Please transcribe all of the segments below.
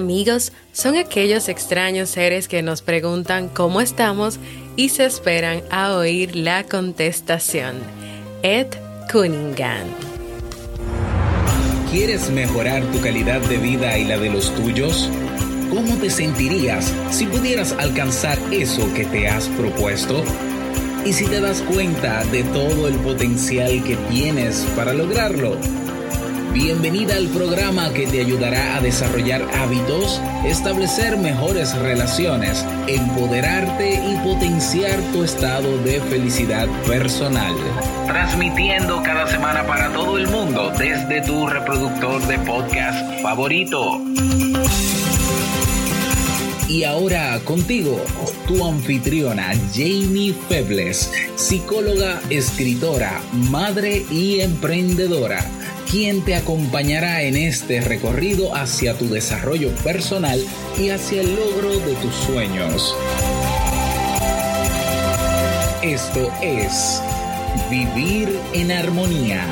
Amigos son aquellos extraños seres que nos preguntan cómo estamos y se esperan a oír la contestación. Ed Cunningham. ¿Quieres mejorar tu calidad de vida y la de los tuyos? ¿Cómo te sentirías si pudieras alcanzar eso que te has propuesto? ¿Y si te das cuenta de todo el potencial que tienes para lograrlo? Bienvenida al programa que te ayudará a desarrollar hábitos, establecer mejores relaciones, empoderarte y potenciar tu estado de felicidad personal. Transmitiendo cada semana para todo el mundo desde tu reproductor de podcast favorito. Y ahora contigo, tu anfitriona Jamie Febles, psicóloga, escritora, madre y emprendedora, quien te acompañará en este recorrido hacia tu desarrollo personal y hacia el logro de tus sueños. Esto es Vivir en Armonía.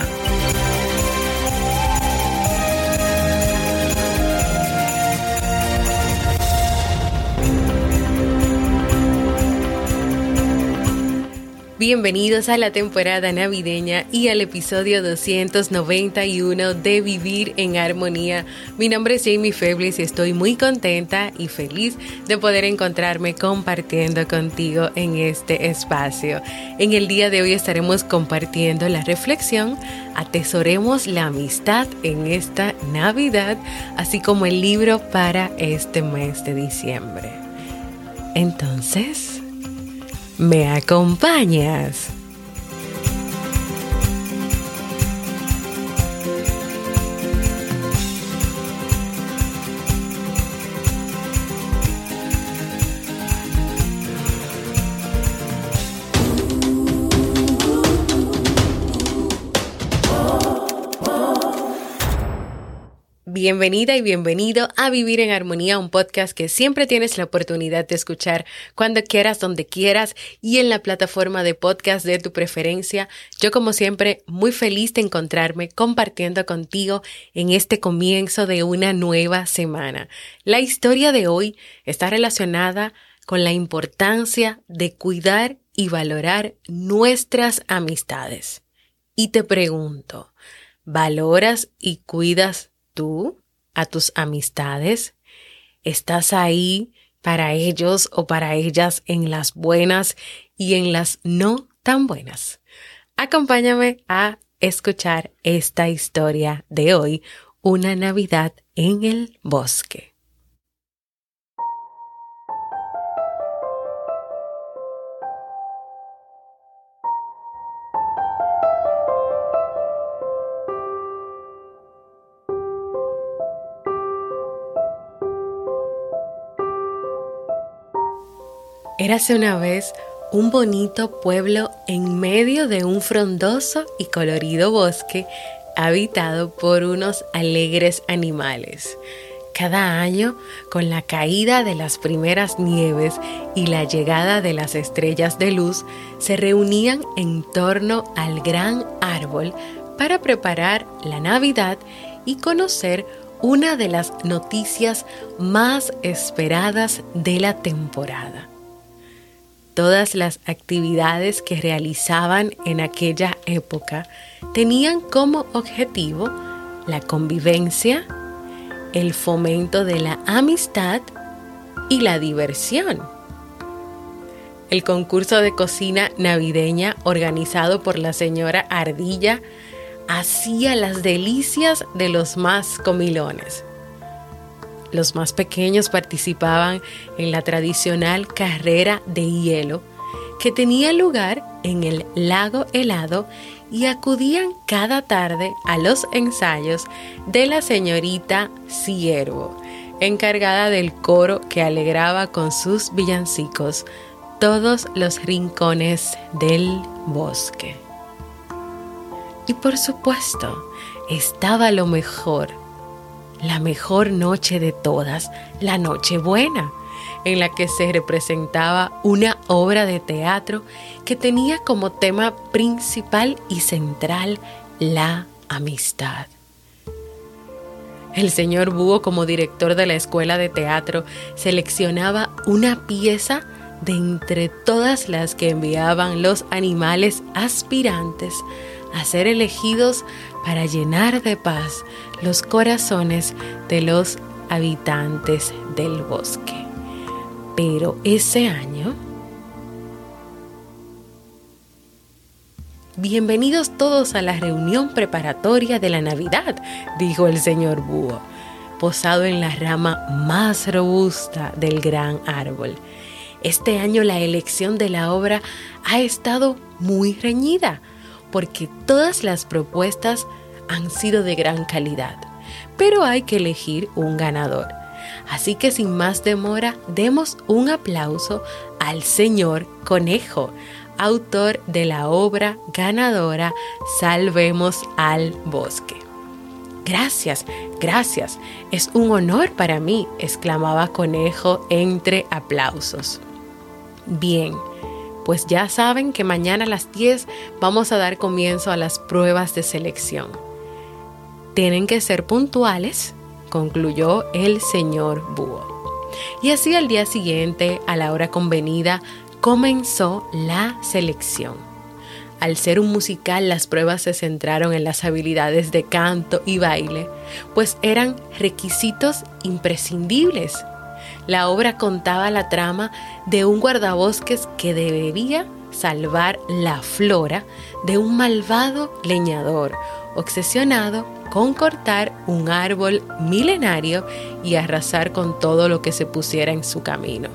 Bienvenidos a la temporada navideña y al episodio 291 de Vivir en Armonía. Mi nombre es Jamie Febles y estoy muy contenta y feliz de poder encontrarme compartiendo contigo en este espacio. En el día de hoy estaremos compartiendo la reflexión Atesoremos la amistad en esta Navidad, así como el libro para este mes de diciembre. Entonces, ¿me acompañas? Bienvenida y bienvenido a Vivir en Armonía, un podcast que siempre tienes la oportunidad de escuchar cuando quieras, donde quieras y en la plataforma de podcast de tu preferencia. Yo, como siempre, muy feliz de encontrarme compartiendo contigo en este comienzo de una nueva semana. La historia de hoy está relacionada con la importancia de cuidar y valorar nuestras amistades. Y te pregunto, ¿valoras y cuidas tú a tus amistades? ¿Estás ahí para ellos o para ellas en las buenas y en las no tan buenas? Acompáñame a escuchar esta historia de hoy, una Navidad en el bosque. Érase una vez un bonito pueblo en medio de un frondoso y colorido bosque habitado por unos alegres animales. Cada año, con la caída de las primeras nieves y la llegada de las estrellas de luz, se reunían en torno al gran árbol para preparar la Navidad y conocer una de las noticias más esperadas de la temporada. Todas las actividades que realizaban en aquella época tenían como objetivo la convivencia, el fomento de la amistad y la diversión. El concurso de cocina navideña organizado por la señora Ardilla hacía las delicias de los más comilones. Los más pequeños participaban en la tradicional carrera de hielo que tenía lugar en el lago helado y acudían cada tarde a los ensayos de la señorita Ciervo, encargada del coro que alegraba con sus villancicos todos los rincones del bosque. Y por supuesto, estaba lo mejor. La mejor noche de todas, la Nochebuena, en la que se representaba una obra de teatro que tenía como tema principal y central la amistad. El señor Búho, como director de la escuela de teatro, seleccionaba una pieza de entre todas las que enviaban los animales aspirantes a ser elegidos para llenar de paz los corazones de los habitantes del bosque. Pero ese año... «Bienvenidos todos a la reunión preparatoria de la Navidad», dijo el señor Búho, posado en la rama más robusta del gran árbol. Este año la elección de la obra ha estado muy reñida, porque todas las propuestas han sido de gran calidad, pero hay que elegir un ganador. Así que sin más demora, demos un aplauso al señor Conejo, autor de la obra ganadora Salvemos al Bosque. «Gracias, gracias, es un honor para mí», exclamaba Conejo entre aplausos. «Bien, pues ya saben que mañana a las 10 vamos a dar comienzo a las pruebas de selección. Tienen que ser puntuales», concluyó el señor Búho. Y así al día siguiente, a la hora convenida, comenzó la selección. Al ser un musical, las pruebas se centraron en las habilidades de canto y baile, pues eran requisitos imprescindibles. La obra contaba la trama de un guardabosques que debería salvar la flora de un malvado leñador, obsesionado con cortar un árbol milenario y arrasar con todo lo que se pusiera en su camino.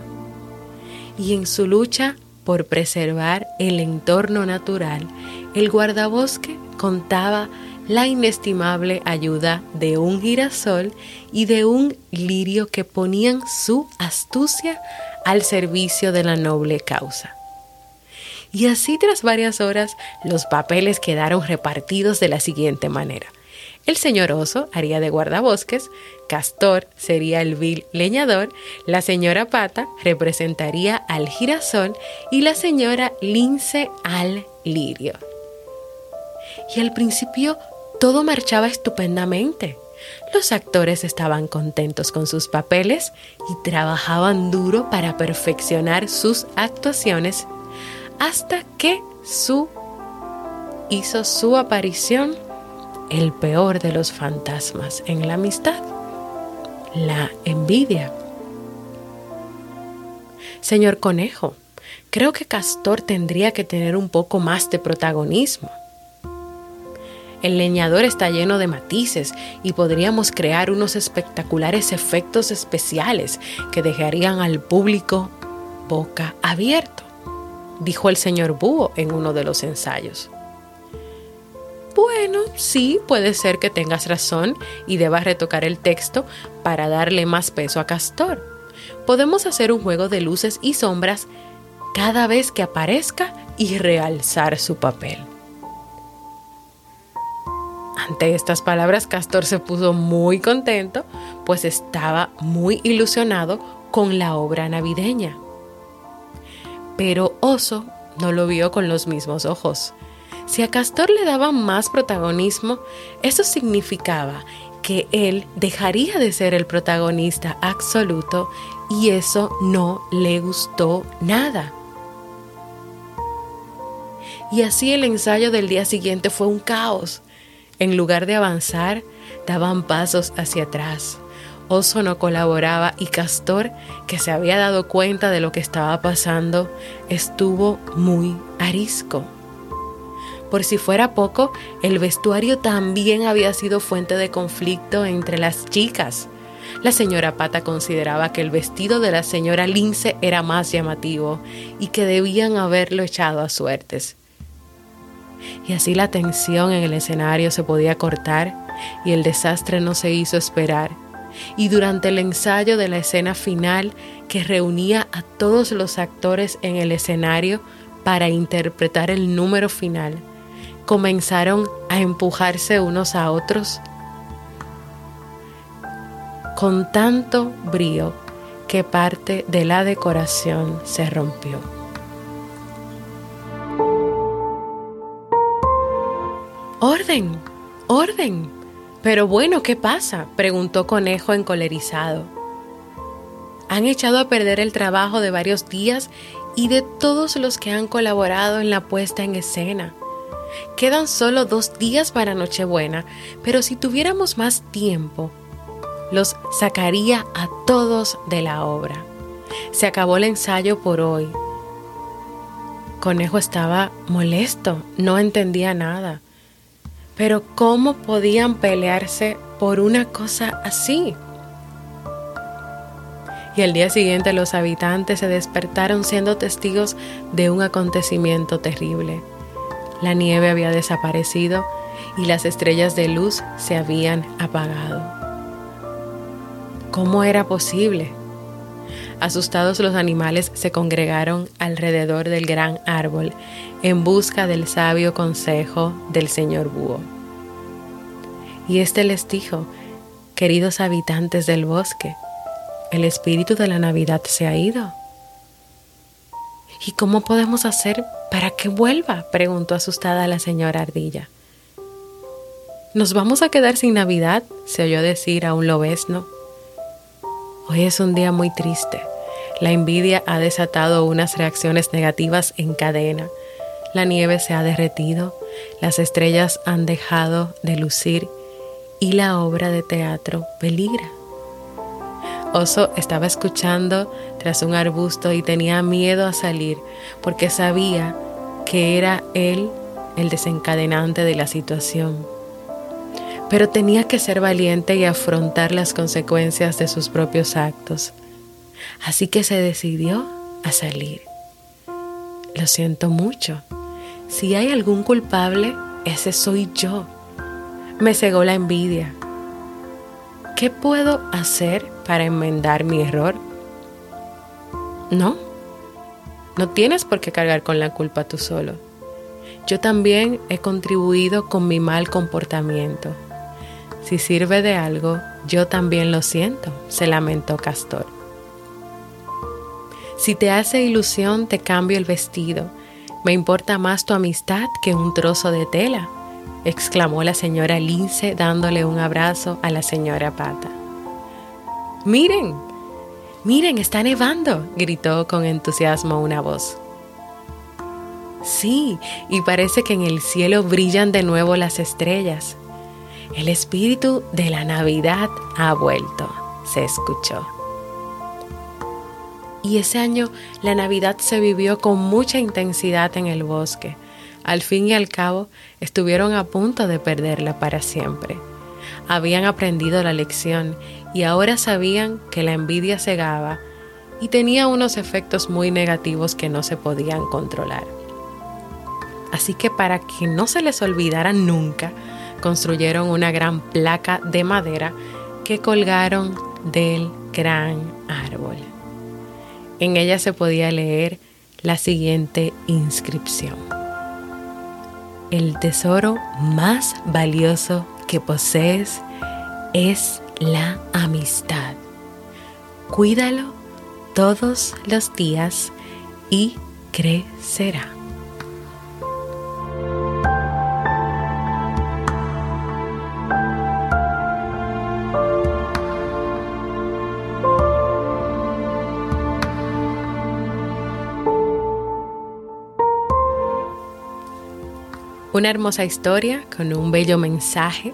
Y en su lucha por preservar el entorno natural, el guardabosque contaba la inestimable ayuda de un girasol y de un lirio que ponían su astucia al servicio de la noble causa. Y así, tras varias horas, los papeles quedaron repartidos de la siguiente manera. El señor Oso haría de guardabosques, Castor sería el vil leñador, la señora Pata representaría al girasol y la señora Lince al lirio. Y al principio todo marchaba estupendamente. Los actores estaban contentos con sus papeles y trabajaban duro para perfeccionar sus actuaciones hasta que hizo su aparición el peor de los fantasmas en la amistad, la envidia. «Señor Conejo, creo que Castor tendría que tener un poco más de protagonismo. El leñador está lleno de matices y podríamos crear unos espectaculares efectos especiales que dejarían al público boca abierto», dijo el señor Búho en uno de los ensayos. «Bueno, sí, puede ser que tengas razón y debas retocar el texto para darle más peso a Castor. Podemos hacer un juego de luces y sombras cada vez que aparezca y realzar su papel». Ante estas palabras, Castor se puso muy contento, pues estaba muy ilusionado con la obra navideña. Pero Oso no lo vio con los mismos ojos. Si a Castor le daban más protagonismo, eso significaba que él dejaría de ser el protagonista absoluto y eso no le gustó nada. Y así el ensayo del día siguiente fue un caos. En lugar de avanzar, daban pasos hacia atrás. Oso no colaboraba y Castor, que se había dado cuenta de lo que estaba pasando, estuvo muy arisco. Por si fuera poco, el vestuario también había sido fuente de conflicto entre las chicas. La señora Pata consideraba que el vestido de la señora Lince era más llamativo y que debían haberlo echado a suertes. Y así la tensión en el escenario se podía cortar y el desastre no se hizo esperar. Y durante el ensayo de la escena final, que reunía a todos los actores en el escenario para interpretar el número final, comenzaron a empujarse unos a otros con tanto brío que parte de la decoración se rompió. ¡Orden! ¡Orden! Pero bueno, ¿qué pasa?, preguntó Conejo encolerizado. Han echado a perder el trabajo de varios días y de todos los que han colaborado en la puesta en escena. Quedan solo 2 días para Nochebuena, pero si tuviéramos más tiempo, los sacaría a todos de la obra. Se acabó el ensayo por hoy. Conejo estaba molesto, no entendía nada. Pero ¿cómo podían pelearse por una cosa así? Y al día siguiente los habitantes se despertaron siendo testigos de un acontecimiento terrible. La nieve había desaparecido y las estrellas de luz se habían apagado. ¿Cómo era posible? Asustados, los animales se congregaron alrededor del gran árbol en busca del sabio consejo del señor Búho. Y éste les dijo: queridos habitantes del bosque, el espíritu de la Navidad se ha ido. ¿Y cómo podemos hacer para que vuelva?, preguntó asustada la señora Ardilla. ¿Nos vamos a quedar sin Navidad?, se oyó decir a un lobezno. Hoy es un día muy triste. La envidia ha desatado unas reacciones negativas en cadena. La nieve se ha derretido, las estrellas han dejado de lucir y la obra de teatro peligra. Oso estaba escuchando tras un arbusto y tenía miedo a salir porque sabía que era él el desencadenante de la situación. Pero tenía que ser valiente y afrontar las consecuencias de sus propios actos. Así que se decidió a salir. Lo siento mucho. Si hay algún culpable, ese soy yo. Me cegó la envidia. ¿Qué puedo hacer para enmendar mi error? No tienes por qué cargar con la culpa tú solo. Yo también he contribuido con mi mal comportamiento. Si sirve de algo, yo también lo siento, se lamentó Castor. Si te hace ilusión, te cambio el vestido. Me importa más tu amistad que un trozo de tela, exclamó la señora Lince dándole un abrazo a la señora Pata. ¡Miren! ¡Miren, está nevando!, gritó con entusiasmo una voz. Sí, y parece que en el cielo brillan de nuevo las estrellas. El espíritu de la Navidad ha vuelto, se escuchó. Y ese año la Navidad se vivió con mucha intensidad en el bosque. Al fin y al cabo, estuvieron a punto de perderla para siempre. Habían aprendido la lección y ahora sabían que la envidia cegaba y tenía unos efectos muy negativos que no se podían controlar. Así que para que no se les olvidara nunca, construyeron una gran placa de madera que colgaron del gran árbol. En ella se podía leer la siguiente inscripción: el tesoro más valioso que posees es la amistad. Cuídalo todos los días y crecerá. Una hermosa historia con un bello mensaje,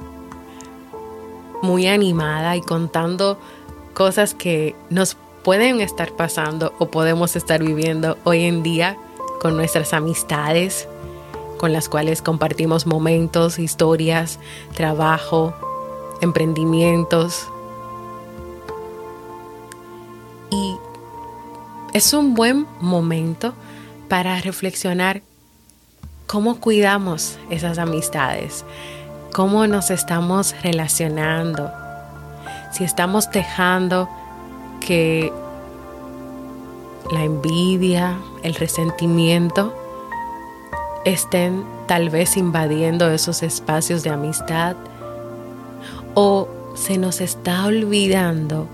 muy animada y contando cosas que nos pueden estar pasando o podemos estar viviendo hoy en día con nuestras amistades, con las cuales compartimos momentos, historias, trabajo, emprendimientos. Y es un buen momento para reflexionar cómo cuidamos esas amistades, cómo nos estamos relacionando, si estamos dejando que la envidia, el resentimiento estén tal vez invadiendo esos espacios de amistad, o se nos está olvidando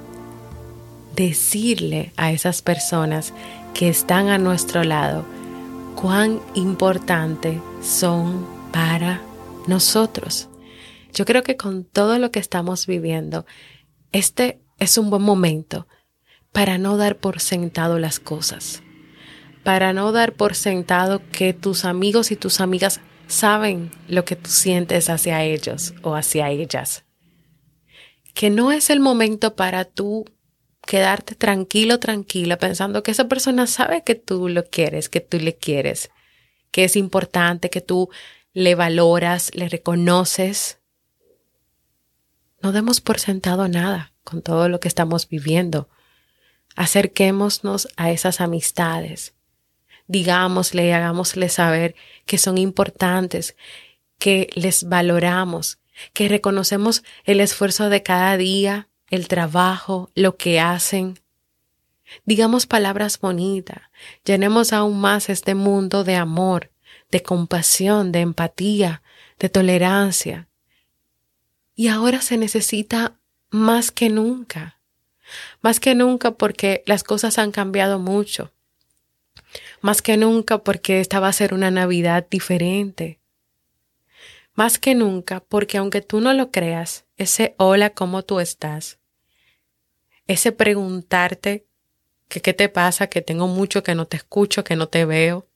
decirle a esas personas que están a nuestro lado cuán importante son para nosotros. Yo creo que con todo lo que estamos viviendo, este es un buen momento para no dar por sentado las cosas, para no dar por sentado que tus amigos y tus amigas saben lo que tú sientes hacia ellos o hacia ellas. Que no es el momento para tú quedarte tranquilo, tranquila, pensando que esa persona sabe que tú lo quieres, que tú le quieres, que es importante, que tú le valoras, le reconoces. No demos por sentado nada con todo lo que estamos viviendo. Acerquémonos a esas amistades. Digámosle y hagámosle saber que son importantes, que les valoramos, que reconocemos el esfuerzo de cada día, el trabajo, lo que hacen. Digamos palabras bonitas, llenemos aún más este mundo de amor, de compasión, de empatía, de tolerancia. Y ahora se necesita más que nunca porque las cosas han cambiado mucho, más que nunca porque esta va a ser una Navidad diferente. Más que nunca, porque aunque tú no lo creas, ese hola, ¿cómo tú estás? Ese preguntarte que qué te pasa, que tengo mucho que no te escucho, que no te veo.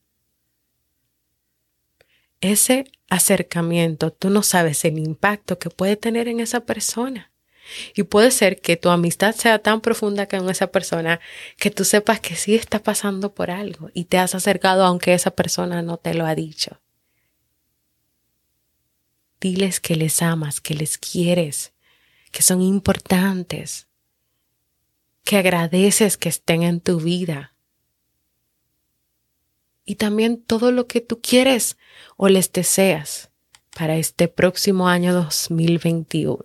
Ese acercamiento, tú no sabes el impacto que puede tener en esa persona. Y puede ser que tu amistad sea tan profunda con esa persona que tú sepas que sí está pasando por algo y te has acercado aunque esa persona no te lo ha dicho. Diles que les amas, que les quieres, que son importantes, que agradeces que estén en tu vida. Y también todo lo que tú quieres o les deseas para este próximo año 2021.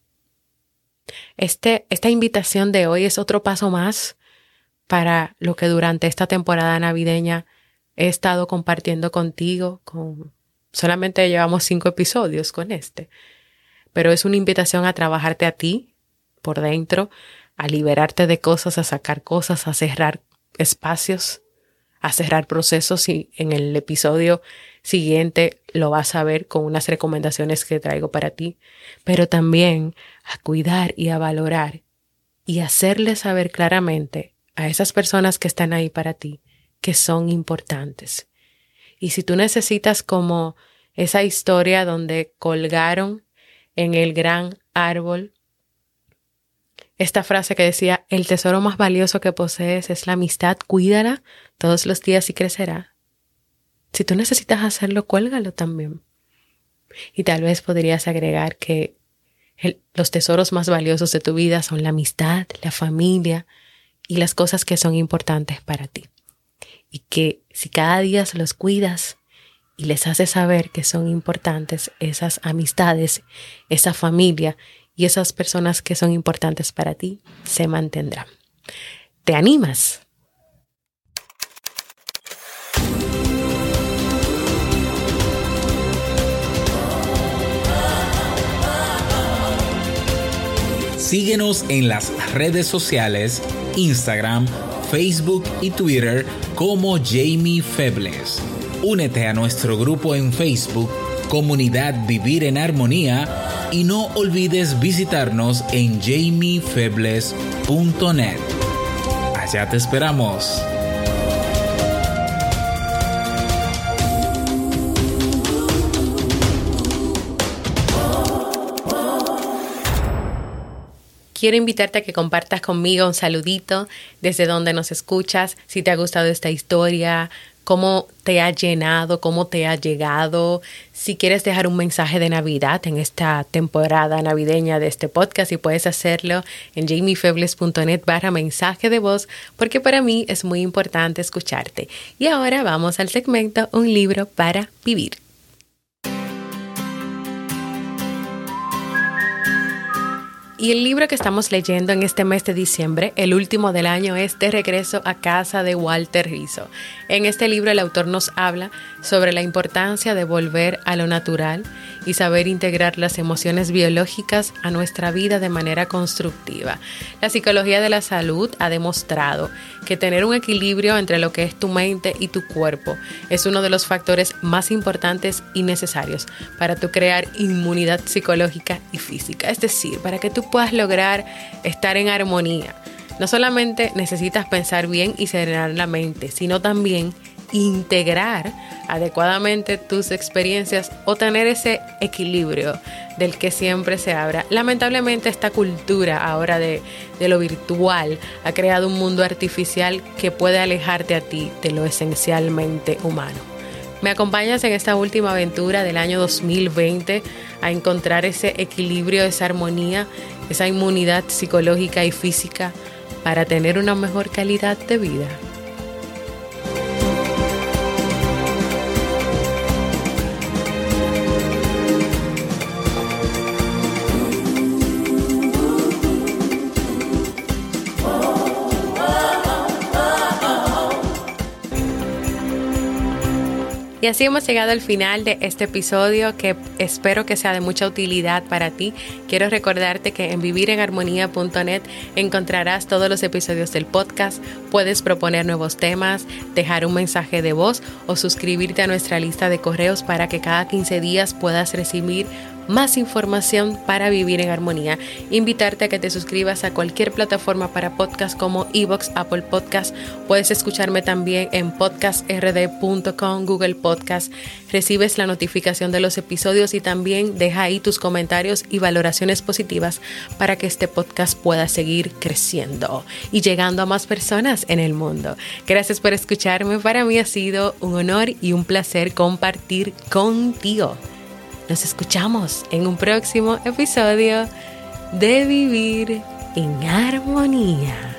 Esta invitación de hoy es otro paso más para lo que durante esta temporada navideña he estado compartiendo contigo. Solamente llevamos 5 episodios con pero es una invitación a trabajarte a ti por dentro, a liberarte de cosas, a sacar cosas, a cerrar espacios, a cerrar procesos, y en el episodio siguiente lo vas a ver con unas recomendaciones que traigo para ti, pero también a cuidar y a valorar y hacerle saber claramente a esas personas que están ahí para ti que son importantes. Y si tú necesitas como esa historia donde colgaron en el gran árbol esta frase que decía, el tesoro más valioso que posees es la amistad, cuídala todos los días y crecerá. Si tú necesitas hacerlo, cuélgalo también. Y tal vez podrías agregar que los tesoros más valiosos de tu vida son la amistad, la familia y las cosas que son importantes para ti. Y que si cada día se los cuidas y les haces saber que son importantes esas amistades, esa familia y esas personas que son importantes para ti, se mantendrán. ¿Te animas? Síguenos en las redes sociales, Instagram, Facebook y Twitter como Jamie Febles. Únete a nuestro grupo en Facebook, Comunidad Vivir en Armonía, y no olvides visitarnos en jamiefebles.net. Allá te esperamos. Quiero invitarte a que compartas conmigo un saludito desde donde nos escuchas, si te ha gustado esta historia, cómo te ha llenado, cómo te ha llegado. Si quieres dejar un mensaje de Navidad en esta temporada navideña de este podcast, y puedes hacerlo en jamiefebles.net/mensaje de voz, porque para mí es muy importante escucharte. Y ahora vamos al segmento Un libro para vivir. Y el libro que estamos leyendo en este mes de diciembre, el último del año, es De regreso a casa, de Walter Rizzo. En este libro el autor nos habla sobre la importancia de volver a lo natural y saber integrar las emociones biológicas a nuestra vida de manera constructiva. La psicología de la salud ha demostrado que tener un equilibrio entre lo que es tu mente y tu cuerpo es uno de los factores más importantes y necesarios para tu crear inmunidad psicológica y física. Es decir, para que tú puedas lograr estar en armonía. No solamente necesitas pensar bien y serenar la mente, sino también integrar adecuadamente tus experiencias o tener ese equilibrio del que siempre se habla. Lamentablemente esta cultura ahora de lo virtual ha creado un mundo artificial que puede alejarte a ti de lo esencialmente humano. ¿Me acompañas en esta última aventura del año 2020 a encontrar ese equilibrio, esa armonía, esa inmunidad psicológica y física para tener una mejor calidad de vida? Y así hemos llegado al final de este episodio que espero que sea de mucha utilidad para ti. Quiero recordarte que en vivirenharmonía.net encontrarás todos los episodios del podcast. Puedes proponer nuevos temas, dejar un mensaje de voz o suscribirte a nuestra lista de correos para que cada 15 días puedas recibir más información para vivir en armonía. Invitarte a que te suscribas a cualquier plataforma para podcast como iVoox, Apple Podcast. Puedes escucharme también en podcastrd.com, Google Podcast. Recibes la notificación de los episodios y también deja ahí tus comentarios y valoraciones positivas para que este podcast pueda seguir creciendo y llegando a más personas en el mundo. Gracias por escucharme. Para mí ha sido un honor y un placer compartir contigo. Nos escuchamos en un próximo episodio de Vivir en Armonía.